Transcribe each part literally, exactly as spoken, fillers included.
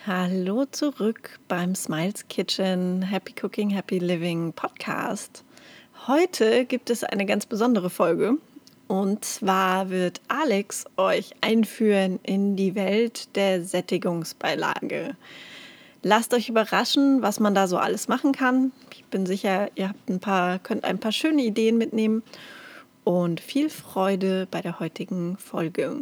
Hallo zurück beim Smiles Kitchen Happy Cooking, Happy Living Podcast. Heute gibt es eine ganz besondere Folge. Und zwar wird Alex euch einführen in die Welt der Sättigungsbeilage. Lasst euch überraschen, was man da so alles machen kann. Ich bin sicher, ihr habt ein paar, könnt ein paar schöne Ideen mitnehmen. Und viel Freude bei der heutigen Folge.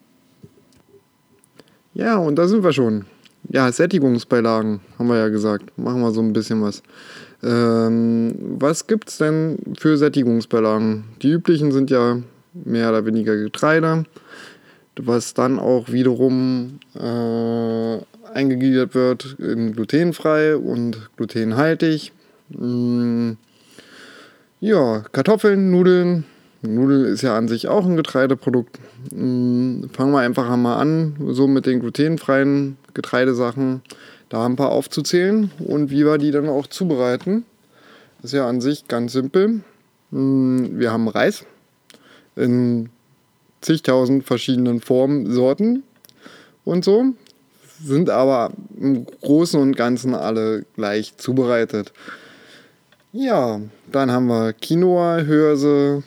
Ja, und da sind wir schon. Ja, Sättigungsbeilagen, haben wir ja gesagt. Machen wir so ein bisschen was. Ähm, was gibt's denn für Sättigungsbeilagen? Die üblichen sind ja mehr oder weniger Getreide, was dann auch wiederum äh, eingegliedert wird in glutenfrei und glutenhaltig. Mm, ja, Kartoffeln, Nudeln. Nudeln ist ja an sich auch ein Getreideprodukt. Mm, fangen wir einfach mal an, so mit den glutenfreien Getreidesachen, da ein paar aufzuzählen und wie wir die dann auch zubereiten. Das ist ja an sich ganz simpel. Mm, wir haben Reis in zigtausend verschiedenen Formen, Sorten und so, sind aber im Großen und Ganzen alle gleich zubereitet. Ja, dann haben wir Quinoa, Hirse,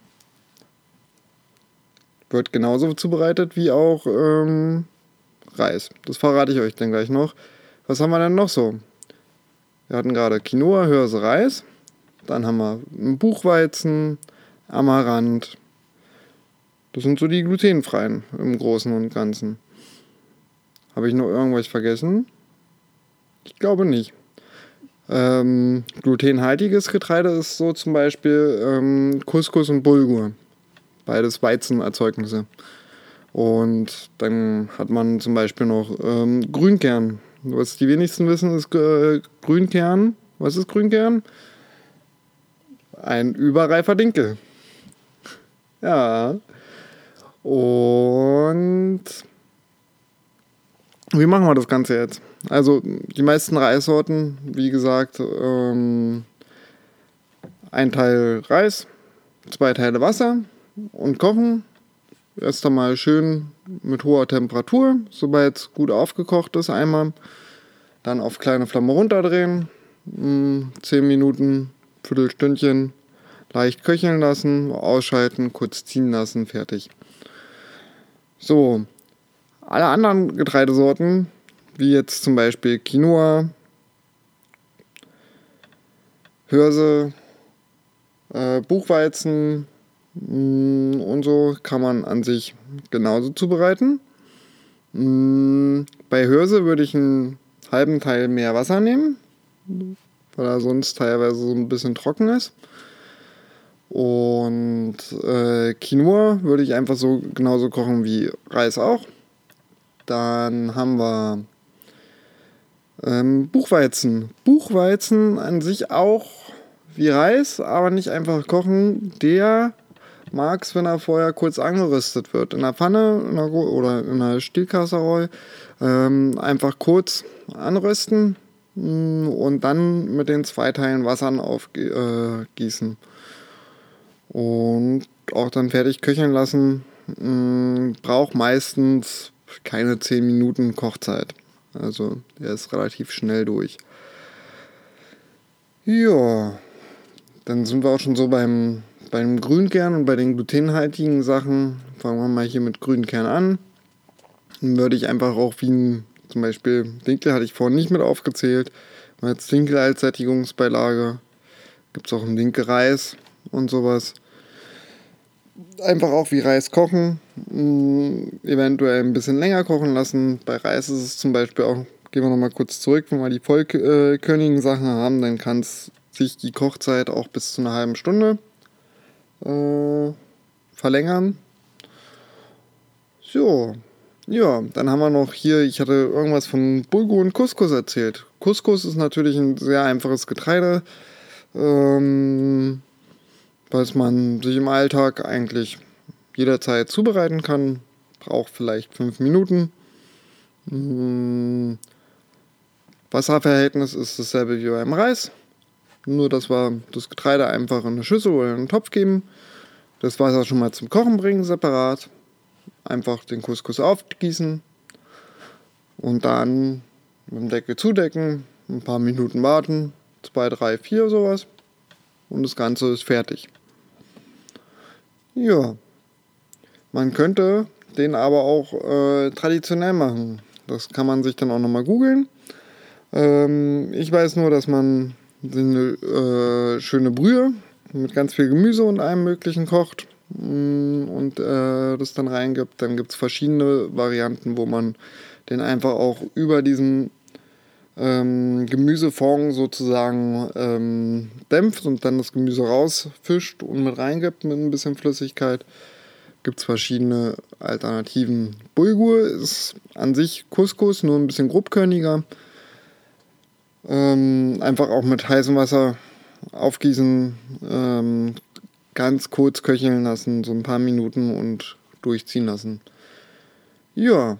wird genauso zubereitet wie auch ähm, Reis. Das verrate ich euch dann gleich noch. Was haben wir denn noch so? Wir hatten gerade Quinoa, Hirse, Reis. Dann haben wir Buchweizen, Amaranth. Das sind so die glutenfreien im Großen und Ganzen. Habe ich noch irgendwas vergessen? Ich glaube nicht. Ähm, glutenhaltiges Getreide ist so zum Beispiel ähm, Couscous und Bulgur. Beides Weizenerzeugnisse. Und dann hat man zum Beispiel noch ähm, Grünkern. Was die wenigsten wissen, ist äh, Grünkern. Was ist Grünkern? Ein überreifer Dinkel. Ja. Und wie machen wir das Ganze jetzt? Also die meisten Reissorten, wie gesagt, ähm, ein Teil Reis, zwei Teile Wasser und kochen. Erst einmal schön mit hoher Temperatur, sobald es gut aufgekocht ist, einmal. Dann auf kleine Flamme runterdrehen, zehn Minuten, Viertelstündchen, leicht köcheln lassen, ausschalten, kurz ziehen lassen, fertig. So, alle anderen Getreidesorten, wie jetzt zum Beispiel Quinoa, Hirse, äh, Buchweizen, und so kann man an sich genauso zubereiten. Bei Hirse würde ich einen halben Teil mehr Wasser nehmen, weil er sonst teilweise so ein bisschen trocken ist. Und äh, Quinoa würde ich einfach so genauso kochen wie Reis auch. Dann haben wir ähm, Buchweizen. Buchweizen an sich auch wie Reis, aber nicht einfach kochen. Der mag es, wenn er vorher kurz angeröstet wird. In der Pfanne in der, oder in einer Stielkasserole ähm, einfach kurz anrösten mh, und dann mit den zwei Teilen Wassern aufgießen. Äh, und auch dann fertig köcheln lassen. Mh, braucht meistens keine zehn Minuten Kochzeit. Also der ist relativ schnell durch. Ja, dann sind wir auch schon so beim Beim Grünkern und bei den glutenhaltigen Sachen. Fangen wir mal hier mit Grünkern an. Dann würde ich einfach auch wie ein, zum Beispiel Dinkel hatte ich vorhin nicht mit aufgezählt. Jetzt Dinkel als Sättigungsbeilage. Gibt es auch einen Dinkelreis und sowas. Einfach auch wie Reis kochen. Mh, eventuell ein bisschen länger kochen lassen. Bei Reis ist es zum Beispiel auch, gehen wir nochmal kurz zurück, wenn wir die vollkörnigen Sachen haben, dann kann es sich die Kochzeit auch bis zu einer halben Stunde Äh, verlängern. So, ja, dann haben wir noch hier, ich hatte irgendwas von Bulgur und Couscous erzählt. Couscous ist natürlich ein sehr einfaches Getreide, ähm, was man sich im Alltag eigentlich jederzeit zubereiten kann. Braucht vielleicht fünf Minuten. Hm, Wasserverhältnis ist dasselbe wie beim Reis. Nur, dass wir das Getreide einfach in eine Schüssel oder in einen Topf geben. Das Wasser schon mal zum Kochen bringen, separat. Einfach den Couscous aufgießen. Und dann mit dem Deckel zudecken, ein paar Minuten warten, zwei, drei, vier sowas und das Ganze ist fertig. Ja, man könnte den aber auch äh, traditionell machen. Das kann man sich dann auch nochmal googeln. Ähm, ich weiß nur, dass man eine äh, schöne Brühe mit ganz viel Gemüse und allem möglichen kocht mm, und äh, das dann reingibt. Dann gibt es verschiedene Varianten, wo man den einfach auch über diesen ähm, Gemüsefond sozusagen ähm, dämpft und dann das Gemüse rausfischt und mit reingibt mit ein bisschen Flüssigkeit. Gibt es verschiedene Alternativen. Bulgur ist an sich Couscous, nur ein bisschen grobkörniger. Ähm, einfach auch mit heißem Wasser aufgießen, ähm, ganz kurz köcheln lassen, so ein paar Minuten und durchziehen lassen. Ja,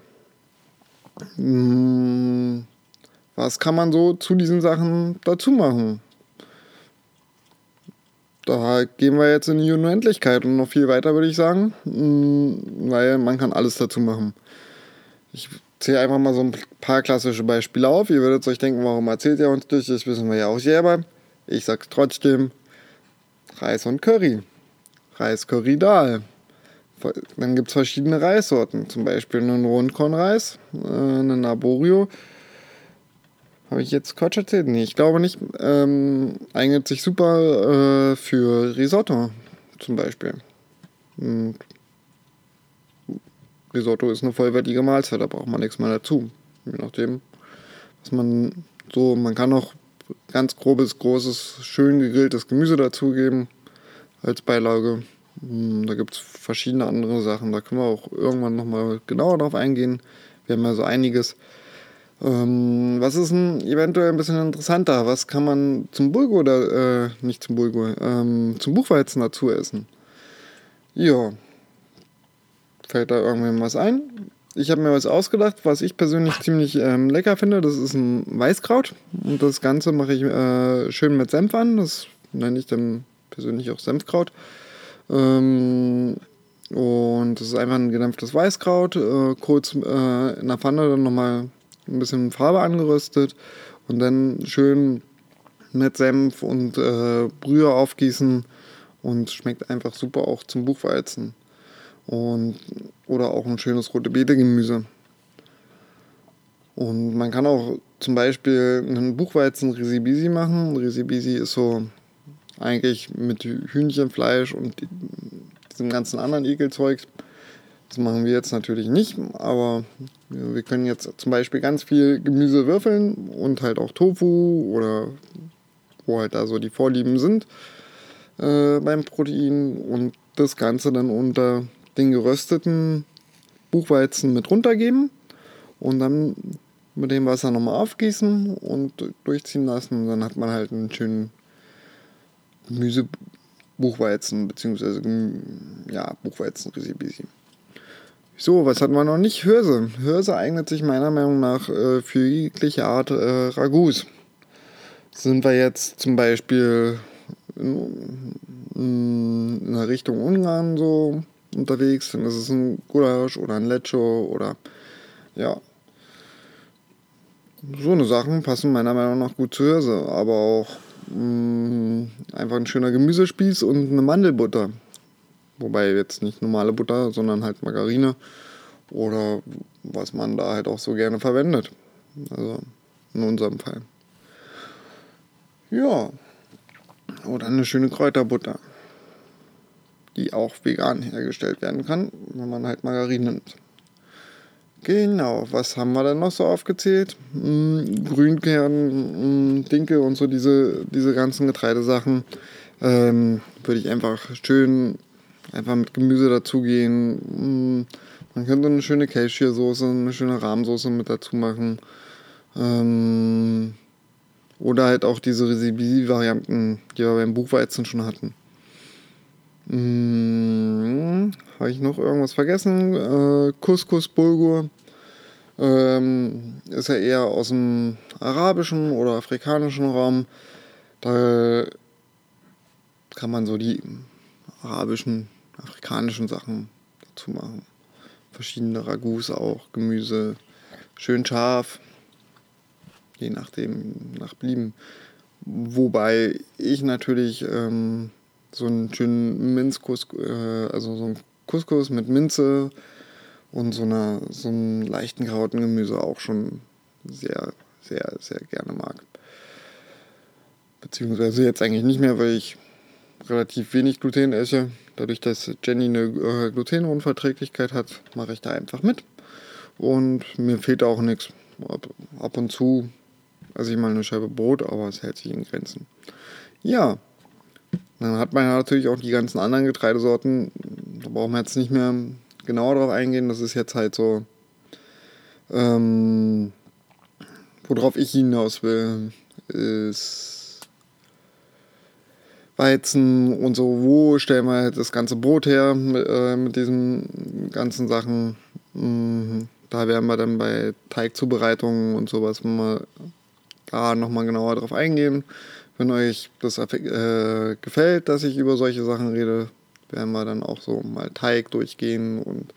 mm, was kann man so zu diesen Sachen dazu machen? Da gehen wir jetzt in die Unendlichkeit und noch viel weiter, würde ich sagen, mm, weil man kann alles dazu machen. Ich zähle einfach mal so ein paar klassische Beispiele auf. Ihr würdet euch denken, warum erzählt ihr uns das? Das wissen wir ja auch selber. Ich sag's trotzdem. Reis und Curry. Reis, Curry, Dal. Dann gibt es verschiedene Reissorten. Zum Beispiel einen Rundkornreis, äh, einen Arborio. Habe ich jetzt Quatsch erzählt? Nee, ich glaube nicht. Ähm, eignet sich super äh, für Risotto zum Beispiel. Und Risotto ist eine vollwertige Mahlzeit, da braucht man nichts mehr dazu. Je nachdem, was man so, man kann auch ganz grobes, großes, schön gegrilltes Gemüse dazugeben als Beilage. Da gibt es verschiedene andere Sachen, da können wir auch irgendwann nochmal genauer drauf eingehen. Wir haben ja so einiges. Ähm, was ist denn eventuell ein bisschen interessanter? Was kann man zum Bulgur oder äh, nicht zum Bulgur, ähm, zum Buchweizen dazu essen? Ja, fällt da irgendwem was ein? Ich habe mir was ausgedacht, was ich persönlich ziemlich ähm, lecker finde. Das ist ein Weißkraut und das Ganze mache ich äh, schön mit Senf an. Das nenne ich dann persönlich auch Senfkraut. Ähm, und das ist einfach ein gedämpftes Weißkraut, äh, kurz äh, in der Pfanne dann nochmal ein bisschen Farbe angeröstet und dann schön mit Senf und äh, Brühe aufgießen und schmeckt einfach super auch zum Buchweizen. Und, oder auch ein schönes rote Beete-Gemüse. Und man kann auch zum Beispiel einen Buchweizen Risibisi machen. Risibisi ist so eigentlich mit Hühnchenfleisch und diesem ganzen anderen Ekelzeug. Das machen wir jetzt natürlich nicht, aber wir können jetzt zum Beispiel ganz viel Gemüse würfeln und halt auch Tofu oder wo halt da so die Vorlieben sind äh, beim Protein und das Ganze dann unter den gerösteten Buchweizen mit runtergeben und dann mit dem Wasser nochmal aufgießen und durchziehen lassen. Und dann hat man halt einen schönen Gemüse-Buchweizen, beziehungsweise ja, Buchweizen-Risibisi. So, was hatten wir noch nicht? Hirse. Hirse eignet sich meiner Meinung nach äh, für jegliche Art äh, Ragouts. Sind wir jetzt zum Beispiel in, in der Richtung Ungarn so unterwegs, dann ist es ein Gulasch oder ein Lecco oder ja. So eine Sachen passen meiner Meinung nach gut zu Hirse, aber auch mh, einfach ein schöner Gemüsespieß und eine Mandelbutter. Wobei jetzt nicht normale Butter, sondern halt Margarine oder was man da halt auch so gerne verwendet. Also in unserem Fall. Ja, oder eine schöne Kräuterbutter, die auch vegan hergestellt werden kann, wenn man halt Margarine nimmt. Genau, was haben wir denn noch so aufgezählt? Hm, Grünkern, hm, Dinkel und so diese, diese ganzen Getreidesachen. Ähm, würde ich einfach schön einfach mit Gemüse dazugehen. Hm, man könnte eine schöne Cashewsoße, eine schöne Rahmsoße mit dazu machen. Ähm, oder halt auch diese Resibi-Varianten, die wir beim Buchweizen schon hatten. Hm, habe ich noch irgendwas vergessen? Äh, Couscous, Bulgur. Ähm, ist ja eher aus dem arabischen oder afrikanischen Raum. Da kann man so die arabischen, afrikanischen Sachen dazu machen. Verschiedene Ragouts auch, Gemüse, schön scharf. je nachdem, nach Belieben. Wobei ich natürlich ähm, so einen schönen Minzcouscous, äh, also so einen Couscous mit Minze und so, einer, so einem leichten Karottengemüse auch schon sehr, sehr, sehr gerne mag. Beziehungsweise jetzt eigentlich nicht mehr, weil ich relativ wenig Gluten esse. Dadurch, dass Jenny eine äh, Glutenunverträglichkeit hat, mache ich da einfach mit. Und mir fehlt auch nichts. Ab, ab und zu esse ich mal eine Scheibe Brot, aber es hält sich in Grenzen. Ja, dann hat man ja natürlich auch die ganzen anderen Getreidesorten. Da brauchen wir jetzt nicht mehr genauer drauf eingehen. Das ist jetzt halt so, ähm, worauf ich hinaus will, ist Weizen und so. Wo stellen wir halt das ganze Brot her mit, äh, mit diesen ganzen Sachen? Mhm. Da werden wir dann bei Teigzubereitungen und sowas mal da nochmal genauer drauf eingehen. Wenn euch das äh, gefällt, dass ich über solche Sachen rede, werden wir dann auch so mal Teig durchgehen und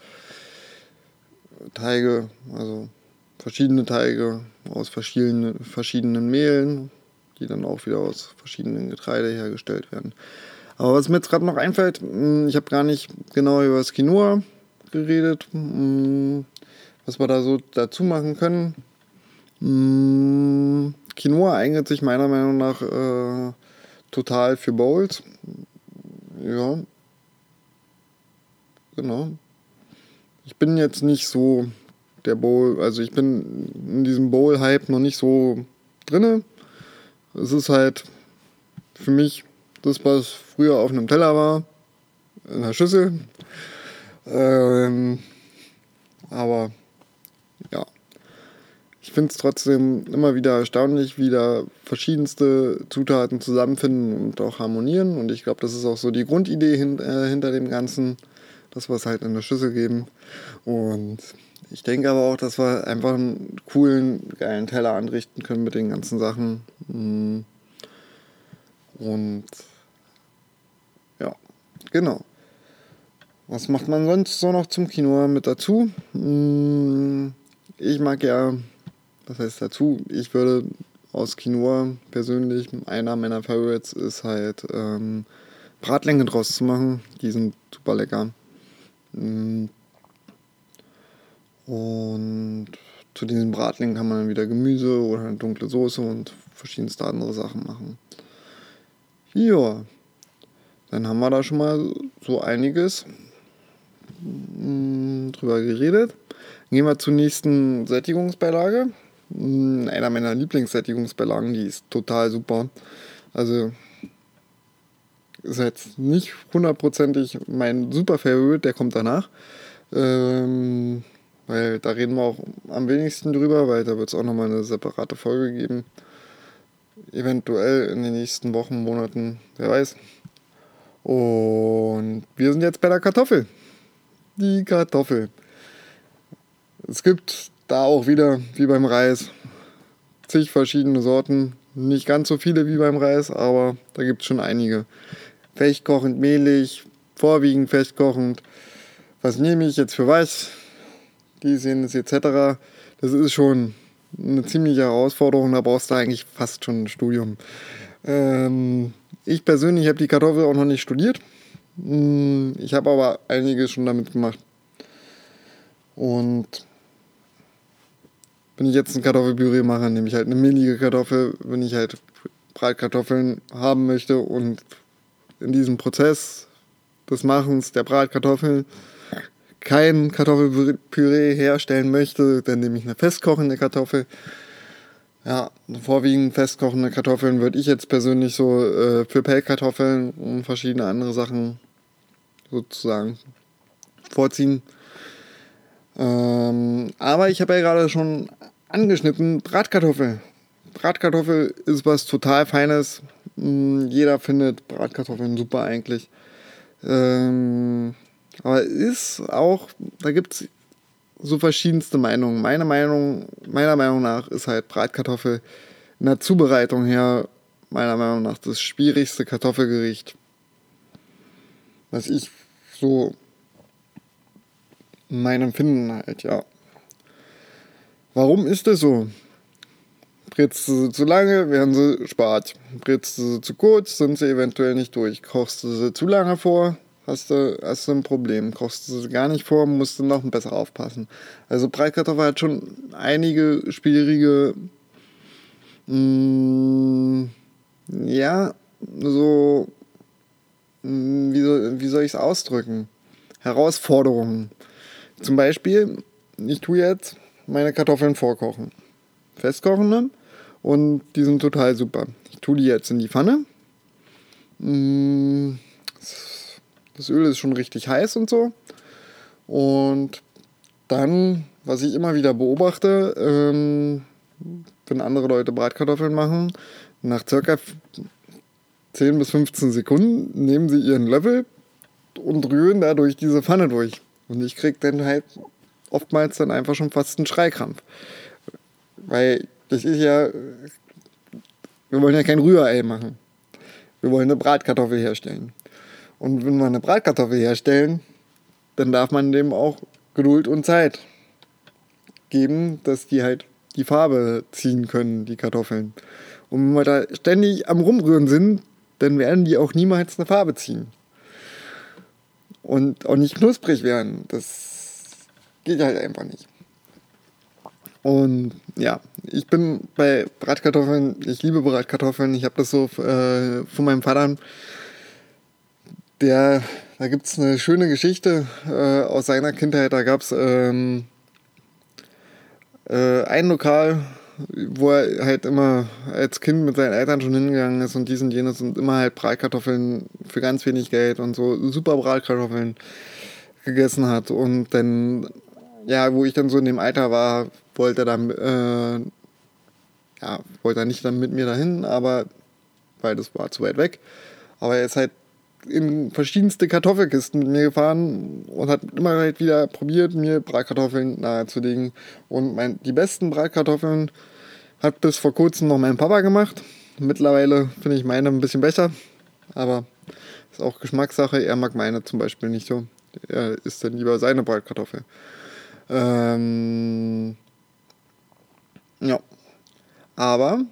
Teige, also verschiedene Teige aus verschiedenen, verschiedenen Mehlen, die dann auch wieder aus verschiedenen Getreide hergestellt werden. Aber was mir jetzt gerade noch einfällt, ich habe gar nicht genau über das Quinoa geredet, was wir da so dazu machen können. Quinoa eignet sich meiner Meinung nach äh, total für Bowls. Ja, genau. Ich bin jetzt nicht so der Bowl, also ich bin in diesem Bowl-Hype noch nicht so drinne. Es ist halt für mich das, was früher auf einem Teller war, in einer Schüssel. Ähm, aber ja, ich finde es trotzdem immer wieder erstaunlich, wie da verschiedenste Zutaten zusammenfinden und auch harmonieren. Und ich glaube, das ist auch so die Grundidee hin, äh, hinter dem Ganzen, dass wir es halt in der Schüssel geben. Und ich denke aber auch, dass wir einfach einen coolen, geilen Teller anrichten können mit den ganzen Sachen. Und ja, genau. Was macht man sonst so noch zum Quinoa mit dazu? Ich mag ja, was heißt dazu? Ich würde aus Quinoa persönlich, einer meiner Favorites ist halt ähm, Bratlinge draus zu machen. Die sind super lecker. Und zu diesen Bratlingen kann man dann wieder Gemüse oder eine dunkle Soße und verschiedenste andere Sachen machen. Ja, dann haben wir da schon mal so einiges mh, drüber geredet. Gehen wir zur nächsten Sättigungsbeilage. Einer meiner Lieblingssättigungsbeilagen, die ist total super. Also ist jetzt nicht hundertprozentig mein super Favorite, der kommt danach. Ähm, weil da reden wir auch am wenigsten drüber, weil da wird es auch nochmal eine separate Folge geben. Eventuell in den nächsten Wochen, Monaten, wer weiß. Und wir sind jetzt bei der Kartoffel. Die Kartoffel. Es gibt da auch wieder, wie beim Reis, zig verschiedene Sorten. Nicht ganz so viele wie beim Reis, aber da gibt es schon einige. Festkochend, mehlig, vorwiegend festkochend. Was nehme ich jetzt für was? Die sehen es et cetera. Das ist schon eine ziemliche Herausforderung, da brauchst du eigentlich fast schon ein Studium. Ähm, ich persönlich habe die Kartoffel auch noch nicht studiert. Ich habe aber einiges schon damit gemacht. Und wenn ich jetzt ein Kartoffelpüree mache, nehme ich halt eine mehlige Kartoffel, wenn ich halt Bratkartoffeln haben möchte und in diesem Prozess des Machens der Bratkartoffeln kein Kartoffelpüree herstellen möchte, dann nehme ich eine festkochende Kartoffel. Ja, vorwiegend festkochende Kartoffeln würde ich jetzt persönlich so äh, für Pellkartoffeln und verschiedene andere Sachen sozusagen vorziehen. Ähm, aber ich habe ja gerade schon angeschnitten, Bratkartoffel. Bratkartoffel ist was total Feines. Jeder findet Bratkartoffeln super eigentlich. Ähm, aber ist auch, da gibt es so verschiedenste Meinungen. Meine Meinung, meiner Meinung nach ist halt Bratkartoffel in der Zubereitung her meiner Meinung nach das schwierigste Kartoffelgericht, was ich so in meinem Empfinden halt, ja. Warum ist das so? Brätst du sie zu lange, werden sie spart. Brätst du sie zu kurz, sind sie eventuell nicht durch. Kochst du sie zu lange vor, hast du, hast du ein Problem. Kochst du sie gar nicht vor, musst du noch besser aufpassen. Also Bratkartoffel hat schon einige schwierige, mh, ja, so, mh, wie, so, wie soll ich es ausdrücken? Herausforderungen. Zum Beispiel, ich tue jetzt meine Kartoffeln vorkochen. Festkochen, ne? Und die sind total super. Ich tue die jetzt in die Pfanne. Das Öl ist schon richtig heiß und so. Und dann, was ich immer wieder beobachte, ähm, wenn andere Leute Bratkartoffeln machen, nach circa zehn bis fünfzehn Sekunden nehmen sie ihren Löffel und rühren da durch diese Pfanne durch. Und ich kriege dann halt oftmals dann einfach schon fast einen Schreikrampf. Weil das ist ja, wir wollen ja kein Rührei machen. Wir wollen eine Bratkartoffel herstellen. Und wenn wir eine Bratkartoffel herstellen, dann darf man dem auch Geduld und Zeit geben, dass die halt die Farbe ziehen können, die Kartoffeln. Und wenn wir da ständig am Rumrühren sind, dann werden die auch niemals eine Farbe ziehen. Und auch nicht knusprig werden. Das geht halt einfach nicht. Und ja, ich bin bei Bratkartoffeln, ich liebe Bratkartoffeln. Ich habe das so äh, von meinem Vater. Der, da gibt es eine schöne Geschichte äh, aus seiner Kindheit. Da gab es ähm, äh, ein Lokal, wo er halt immer als Kind mit seinen Eltern schon hingegangen ist und dies und jenes und immer halt Bratkartoffeln für ganz wenig Geld und so super Bratkartoffeln gegessen hat. Und dann, ja, wo ich dann so in dem Alter war, wollte er dann, äh, ja, wollte er nicht dann mit mir dahin, aber, weil das war zu weit weg. Aber er ist halt in verschiedenste Kartoffelkisten mit mir gefahren und hat immer halt wieder probiert, mir Bratkartoffeln nahezulegen. Und mein, die besten Bratkartoffeln hat bis vor kurzem noch mein Papa gemacht. Mittlerweile finde ich meine ein bisschen besser, aber ist auch Geschmackssache. Er mag meine zum Beispiel nicht so. Er isst dann lieber seine Bratkartoffel. Ähm, ja. Aber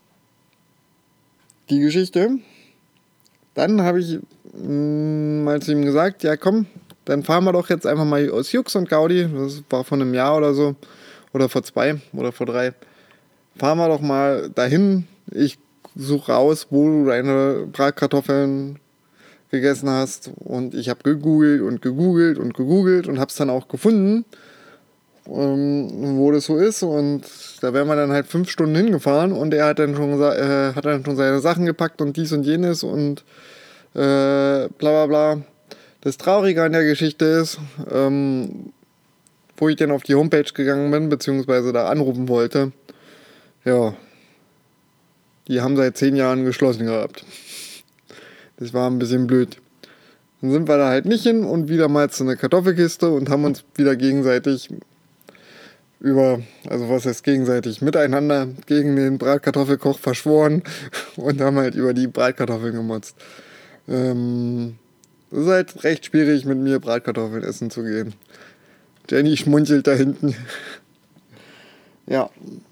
die Geschichte, dann habe ich mh, mal zu ihm gesagt, ja komm, dann fahren wir doch jetzt einfach mal aus Jux und Gaudi, das war vor einem Jahr oder so, oder vor zwei oder vor drei, fahren wir doch mal dahin, ich suche raus, wo du deine Bratkartoffeln gegessen hast und ich habe gegoogelt und gegoogelt und gegoogelt und habe es dann auch gefunden, ähm, wo das so ist und da wären wir dann halt fünf Stunden hingefahren und er hat dann schon, äh, hat dann schon seine Sachen gepackt und dies und jenes und äh, bla bla bla. Das Traurige an der Geschichte ist, ähm, wo ich dann auf die Homepage gegangen bin, beziehungsweise da anrufen wollte, ja, die haben seit zehn Jahren geschlossen gehabt. Das war ein bisschen blöd. Dann sind wir da halt nicht hin und wieder mal zu einer Kartoffelkiste und haben uns wieder gegenseitig über, also was heißt gegenseitig, miteinander gegen den Bratkartoffelkoch verschworen und haben halt über die Bratkartoffeln gemotzt. Ähm, das ist halt recht schwierig, mit mir Bratkartoffeln essen zu gehen. Jenny schmunzelt da hinten. Ja.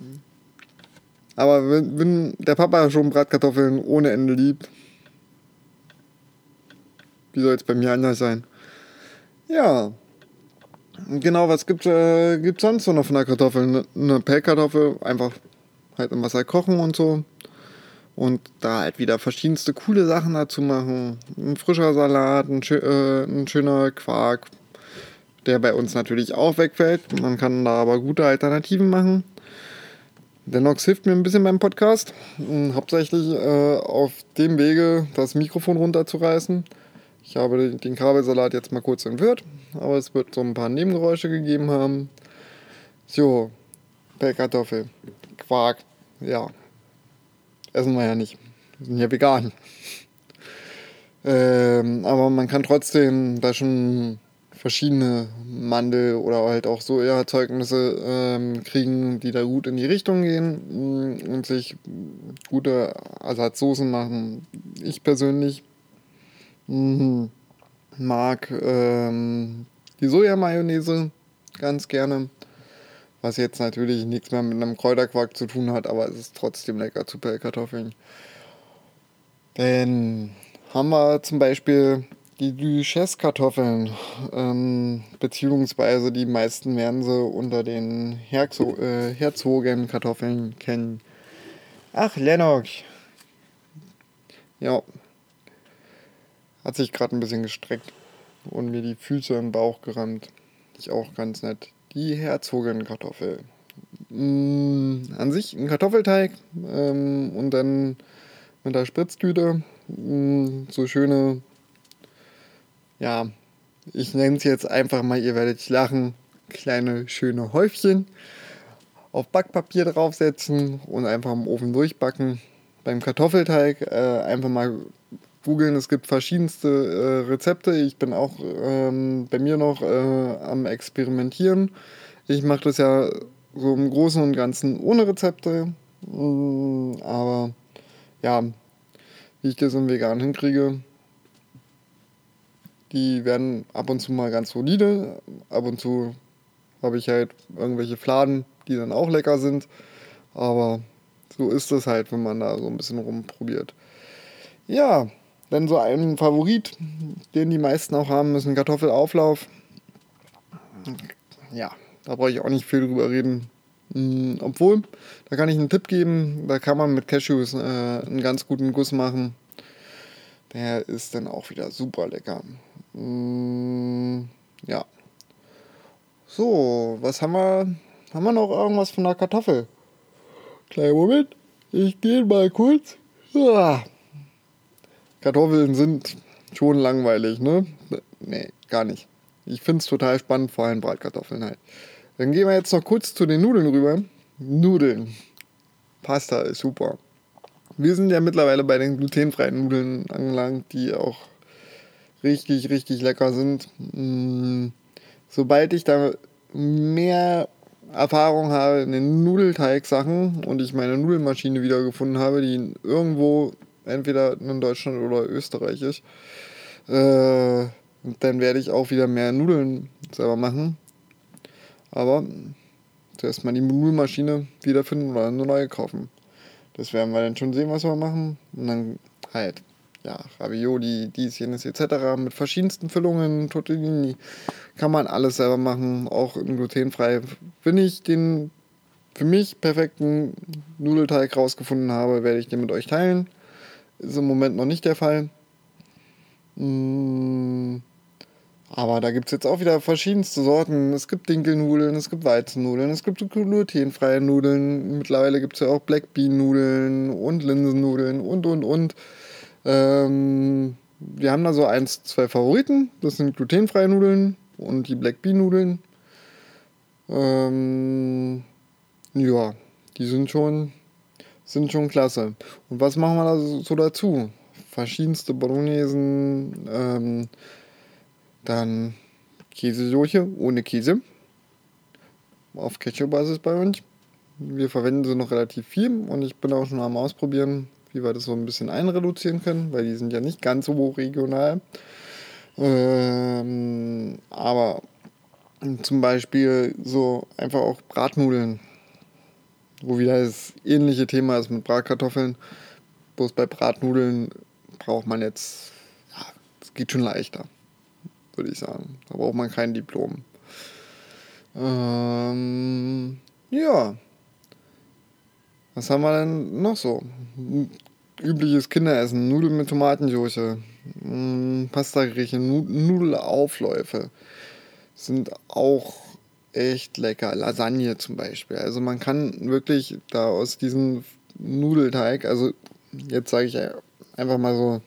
Aber wenn, wenn der Papa schon Bratkartoffeln ohne Ende liebt, wie soll es bei mir anders sein? Ja. Genau, was gibt es äh, gibt's sonst so noch von der Kartoffel? Eine, eine Pellkartoffel, einfach halt im Wasser kochen und so. Und da halt wieder verschiedenste coole Sachen dazu machen. Ein frischer Salat, ein, schö- äh, ein schöner Quark, der bei uns natürlich auch wegfällt. Man kann da aber gute Alternativen machen. Der Nox hilft mir ein bisschen beim Podcast. Und hauptsächlich äh, auf dem Wege das Mikrofon runterzureißen. Ich habe den, den Kabelsalat jetzt mal kurz entwirrt, aber es wird so ein paar Nebengeräusche gegeben haben. So, Pellkartoffel, Quark, ja. Essen wir ja nicht. Wir sind ja vegan. Ähm, aber man kann trotzdem da schon verschiedene Mandel- oder halt auch Sojaerzeugnisse ähm, kriegen, die da gut in die Richtung gehen mh, und sich gute Ersatzsoßen machen. Ich persönlich mh, mag ähm, die Sojamayonnaise ganz gerne, Was jetzt natürlich nichts mehr mit einem Kräuterquark zu tun hat, aber es ist trotzdem lecker zu Pellkartoffeln. Dann haben wir zum Beispiel die Duchesse-Kartoffeln, ähm, beziehungsweise die meisten werden sie unter den Herzo äh, Herzogen-Kartoffeln kennen. Ach, Lennox. Ja, hat sich gerade ein bisschen gestreckt und mir die Füße im Bauch gerammt. Ich auch ganz nett. Die Herzogen-Kartoffel. Mm, an sich ein Kartoffelteig ähm, und dann mit der Spritztüte mm, so schöne, ja, ich nenne es jetzt einfach mal, ihr werdet lachen, kleine schöne Häufchen auf Backpapier draufsetzen und einfach im Ofen durchbacken. Beim Kartoffelteig äh, einfach mal googeln, es gibt verschiedenste äh, Rezepte. Ich bin auch ähm, bei mir noch äh, am Experimentieren. Ich mache das ja so im Großen und Ganzen ohne Rezepte. Mm, aber ja, wie ich das im Vegan hinkriege, die werden ab und zu mal ganz solide. Ab und zu habe ich halt irgendwelche Fladen, die dann auch lecker sind. Aber so ist es halt, wenn man da so ein bisschen rumprobiert. Ja, dann so ein Favorit, den die meisten auch haben, ist ein Kartoffelauflauf. Ja, da brauche ich auch nicht viel drüber reden. Mm, obwohl, da kann ich einen Tipp geben, da kann man mit Cashews äh, einen ganz guten Guss machen. Der ist dann auch wieder super lecker. Mm, ja. So, was haben wir? Haben wir noch irgendwas von der Kartoffel? Kleinen Moment, ich gehe mal kurz. Ah, Kartoffeln sind schon langweilig, ne? Nee, gar nicht. Ich finde es total spannend, vor allem Bratkartoffeln halt. Dann gehen wir jetzt noch kurz zu den Nudeln rüber. Nudeln. Pasta ist super. Wir sind ja mittlerweile bei den glutenfreien Nudeln angelangt, die auch richtig, richtig lecker sind. Mm, sobald ich da mehr Erfahrung habe in den Nudelteig-Sachen und ich meine Nudelmaschine wiedergefunden habe, die irgendwo entweder in Deutschland oder Österreich ist, äh, dann werde ich auch wieder mehr Nudeln selber machen. Aber zuerst mal die Nudelmaschine wiederfinden oder eine neue kaufen. Das werden wir dann schon sehen, was wir machen. Und dann halt, ja, Ravioli, dies, jenes et cetera mit verschiedensten Füllungen, Tortellini, kann man alles selber machen, auch in glutenfrei. Wenn ich den für mich perfekten Nudelteig rausgefunden habe, werde ich den mit euch teilen. Ist im Moment noch nicht der Fall. Mmh. Aber da gibt es jetzt auch wieder verschiedenste Sorten. Es gibt Dinkelnudeln, es gibt Weizennudeln, es gibt glutenfreie Nudeln. Mittlerweile gibt es ja auch Black Bean Nudeln und Linsennudeln und, und, und. Ähm, wir haben da so eins, zwei Favoriten. Das sind glutenfreie Nudeln und die Black Bean Nudeln. Ähm, ja, die sind schon, sind schon klasse. Und was machen wir da so dazu? Verschiedenste Bolognesen, ähm, dann Käsesoße ohne Käse. Auf Ketchup-Basis bei uns. Wir verwenden sie noch relativ viel und ich bin auch schon am Ausprobieren, wie wir das so ein bisschen einreduzieren können, weil die sind ja nicht ganz so regional. Ähm, aber zum Beispiel so einfach auch Bratnudeln, wo wieder das ähnliche Thema ist mit Bratkartoffeln. Bloß bei Bratnudeln braucht man jetzt, ja, es geht schon leichter, würde ich sagen. Da braucht man kein Diplom. Ähm, ja. Was haben wir denn noch so? Übliches Kinderessen, Nudeln mit Tomatensauce, mm, Pastagerichte, Nu- Nudelaufläufe sind auch echt lecker. Lasagne zum Beispiel. Also man kann wirklich da aus diesem Nudelteig, also jetzt sage ich einfach mal so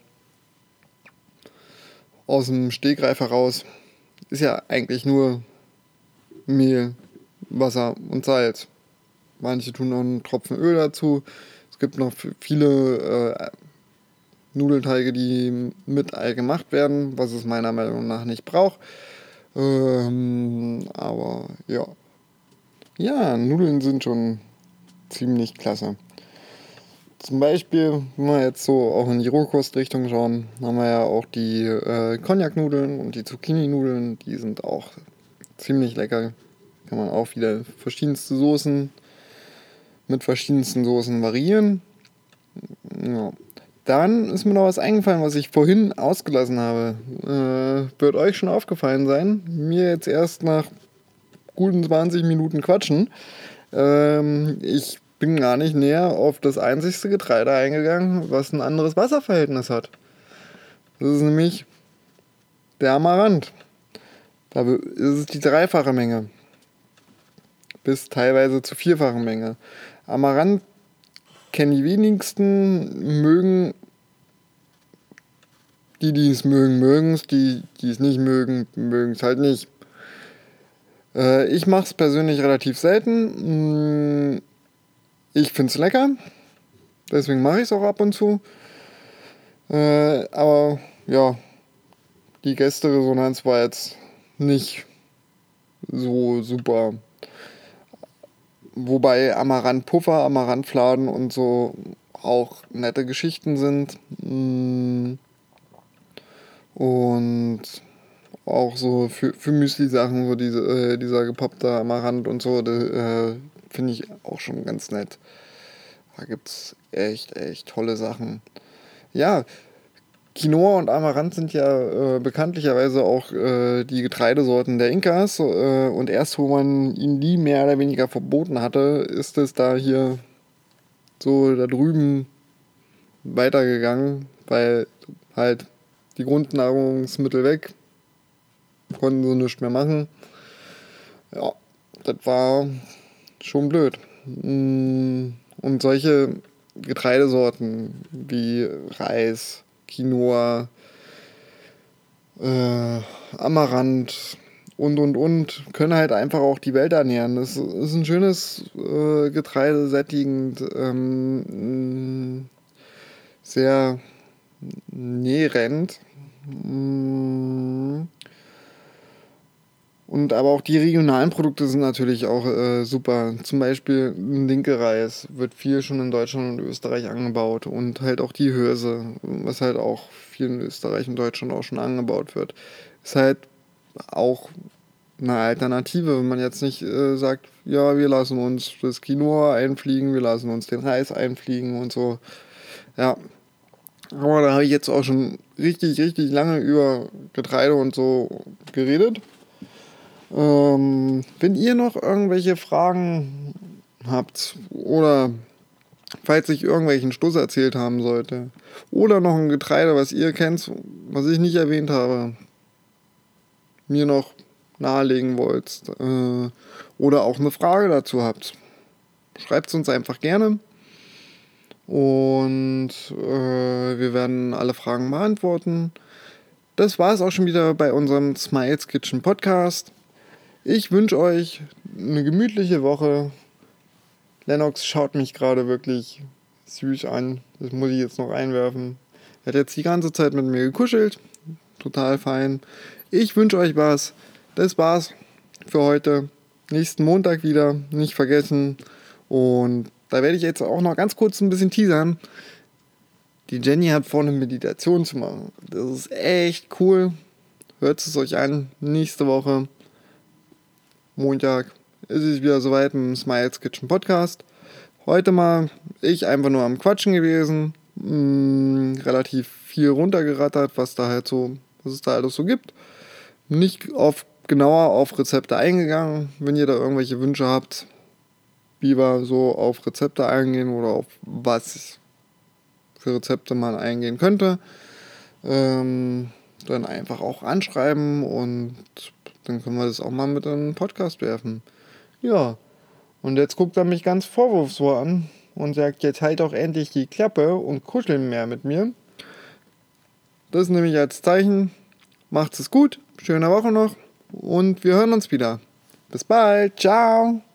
aus dem Stegreif heraus, ist ja eigentlich nur Mehl, Wasser und Salz. Manche tun noch einen Tropfen Öl dazu. Es gibt noch viele äh, Nudelteige, die mit Ei gemacht werden, was es meiner Meinung nach nicht braucht. Ähm, aber ja. Ja, Nudeln sind schon ziemlich klasse. Zum Beispiel, wenn wir jetzt so auch in die Rohkostrichtung schauen, haben wir ja auch die äh, Cognac-Nudeln und die Zucchini-Nudeln. Die sind auch ziemlich lecker. Kann man auch wieder verschiedenste Soßen mit verschiedensten Soßen variieren. Ja. Dann ist mir noch was eingefallen, was ich vorhin ausgelassen habe. Äh, wird euch schon aufgefallen sein. Mir jetzt erst nach guten zwanzig Minuten Quatschen. Ähm, ich bin gar nicht näher auf das einzigste Getreide eingegangen, was ein anderes Wasserverhältnis hat. Das ist nämlich der Amaranth. Da ist es die dreifache Menge. Bis teilweise zur vierfachen Menge. Amaranth kennen die wenigsten, mögen die, die es mögen, mögen es, die, die es nicht mögen, mögen es halt nicht. Äh, ich mache es persönlich relativ selten. Ich finde es lecker, deswegen mache ich es auch ab und zu. Äh, aber ja, die Gästeresonanz war jetzt nicht so super. Wobei Amaranth-Puffer, Amaranthfladen und so auch nette Geschichten sind. Und auch so für, für Müsli-Sachen, so diese, äh, dieser gepoppte Amaranth und so, äh, finde ich auch schon ganz nett. Da gibt es echt, echt tolle Sachen. Ja, Quinoa und Amaranth sind ja äh, bekanntlicherweise auch äh, die Getreidesorten der Inkas. Äh, und erst wo man ihnen die mehr oder weniger verboten hatte, ist es da hier so da drüben weitergegangen, weil halt die Grundnahrungsmittel weg, konnten sie nichts mehr machen. Ja, das war schon blöd. Und solche Getreidesorten wie Reis, Quinoa, äh, Amaranth und und und können halt einfach auch die Welt ernähren. Das ist ein schönes äh, Getreide, sättigend, ähm, sehr nährend. Und aber auch die regionalen Produkte sind natürlich auch äh, super. Zum Beispiel Linke-Reis wird viel schon in Deutschland und Österreich angebaut. Und halt auch die Hirse, was halt auch viel in Österreich und Deutschland auch schon angebaut wird. Ist halt auch eine Alternative, wenn man jetzt nicht äh, sagt, ja, wir lassen uns das Quinoa einfliegen, wir lassen uns den Reis einfliegen und so. Ja, aber da habe ich jetzt auch schon richtig, richtig lange über Getreide und so geredet. Ähm, wenn ihr noch irgendwelche Fragen habt oder falls ich irgendwelchen Stuss erzählt haben sollte oder noch ein Getreide, was ihr kennt, was ich nicht erwähnt habe, mir noch nahelegen wollt äh, oder auch eine Frage dazu habt, schreibt es uns einfach gerne und äh, wir werden alle Fragen beantworten. Das war es auch schon wieder bei unserem Smiles Kitchen Podcast. Ich wünsche euch eine gemütliche Woche. Lennox schaut mich gerade wirklich süß an. Das muss ich jetzt noch einwerfen. Er hat jetzt die ganze Zeit mit mir gekuschelt. Total fein. Ich wünsche euch was. Das war's für heute. Nächsten Montag wieder. Nicht vergessen. Und da werde ich jetzt auch noch ganz kurz ein bisschen teasern. Die Jenny hat vor, eine Meditation zu machen. Das ist echt cool. Hört es euch an. Nächste Woche. Montag ist es wieder soweit mit dem Smiles Kitchen Podcast. Heute mal ich einfach nur am Quatschen gewesen, mh, relativ viel runtergerattert, was da halt so, was es da alles so gibt. Nicht auf, genauer auf Rezepte eingegangen. Wenn ihr da irgendwelche Wünsche habt, wie wir so auf Rezepte eingehen oder auf was für Rezepte man eingehen könnte, ähm, dann einfach auch anschreiben und dann können wir das auch mal mit in einen Podcast werfen. Ja, und jetzt guckt er mich ganz vorwurfsvoll an und sagt, jetzt halt doch endlich die Klappe und kuscheln mehr mit mir. Das nehme ich als Zeichen. Macht's es gut, schöne Woche noch und wir hören uns wieder. Bis bald, ciao!